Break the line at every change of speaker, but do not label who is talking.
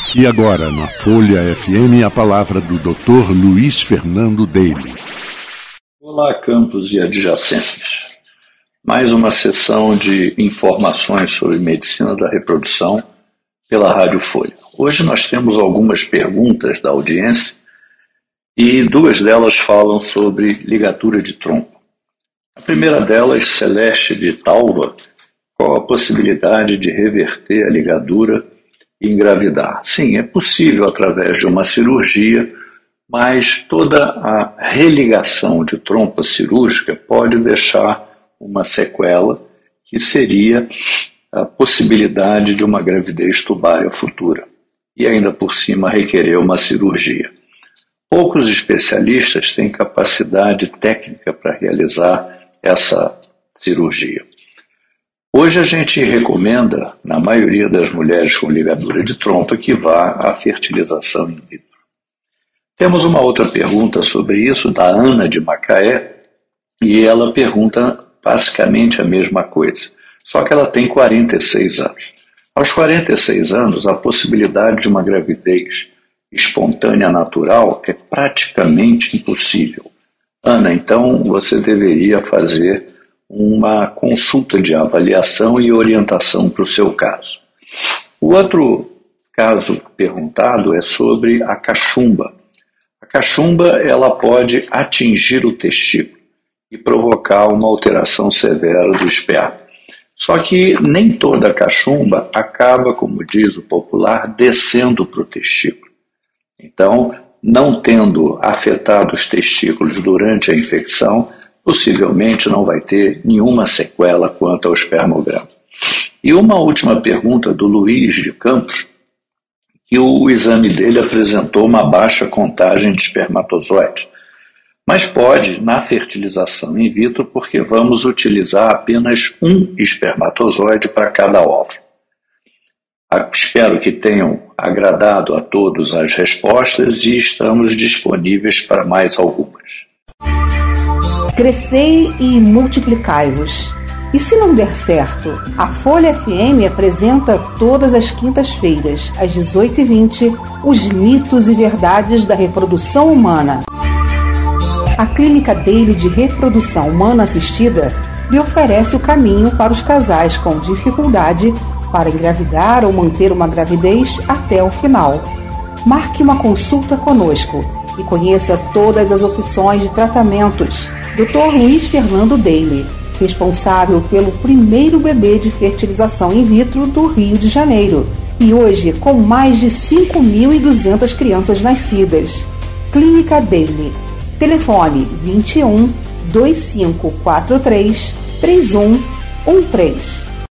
E agora, na Folha FM, a palavra do Dr. Luiz Fernando Daily.
Olá, campos e adjacências. Mais uma sessão de informações sobre medicina da reprodução pela Rádio Folha. Hoje nós temos algumas perguntas da audiência e duas delas falam sobre ligadura de trompa. A primeira delas, Celeste de Talva, qual a possibilidade de reverter a ligadura e engravidar? Sim, é possível através de uma cirurgia, mas toda a religação de trompa cirúrgica pode deixar uma sequela, que seria a possibilidade de uma gravidez tubária futura, e ainda por cima requerer uma cirurgia. Poucos especialistas têm capacidade técnica para realizar essa cirurgia. Hoje a gente recomenda, na maioria das mulheres com ligadura de trompa, que vá à fertilização in vitro. Temos uma outra pergunta sobre isso, da Ana de Macaé, e ela pergunta basicamente a mesma coisa, só que ela tem 46 anos. Aos 46 anos, a possibilidade de uma gravidez espontânea natural é praticamente impossível. Ana, então você deveria fazer uma consulta de avaliação e orientação para o seu caso. O outro caso perguntado é sobre a cachumba. A cachumba ela pode atingir o testículo e provocar uma alteração severa do esperma. Só que nem toda a cachumba acaba, como diz o popular, descendo para o testículo. Então, não tendo afetado os testículos durante a infecção, possivelmente não vai ter nenhuma sequela quanto ao espermograma. E uma última pergunta do Luiz de Campos, que o exame dele apresentou uma baixa contagem de espermatozoides, mas pode na fertilização in vitro porque vamos utilizar apenas um espermatozoide para cada óvulo. Espero que tenham agradado a todos as respostas e estamos disponíveis para mais algumas.
Crescei e multiplicai-vos. E se não der certo, a Folha FM apresenta todas as quintas-feiras, às 18h20, os mitos e verdades da reprodução humana. A Clínica Daily de Reprodução Humana Assistida lhe oferece o caminho para os casais com dificuldade para engravidar ou manter uma gravidez até o final. Marque uma consulta conosco e conheça todas as opções de tratamentos. Dr. Luiz Fernando Daily, responsável pelo primeiro bebê de fertilização in vitro do Rio de Janeiro. E hoje, com mais de 5.200 crianças nascidas. Clínica Daily. Telefone 21 2543 3113.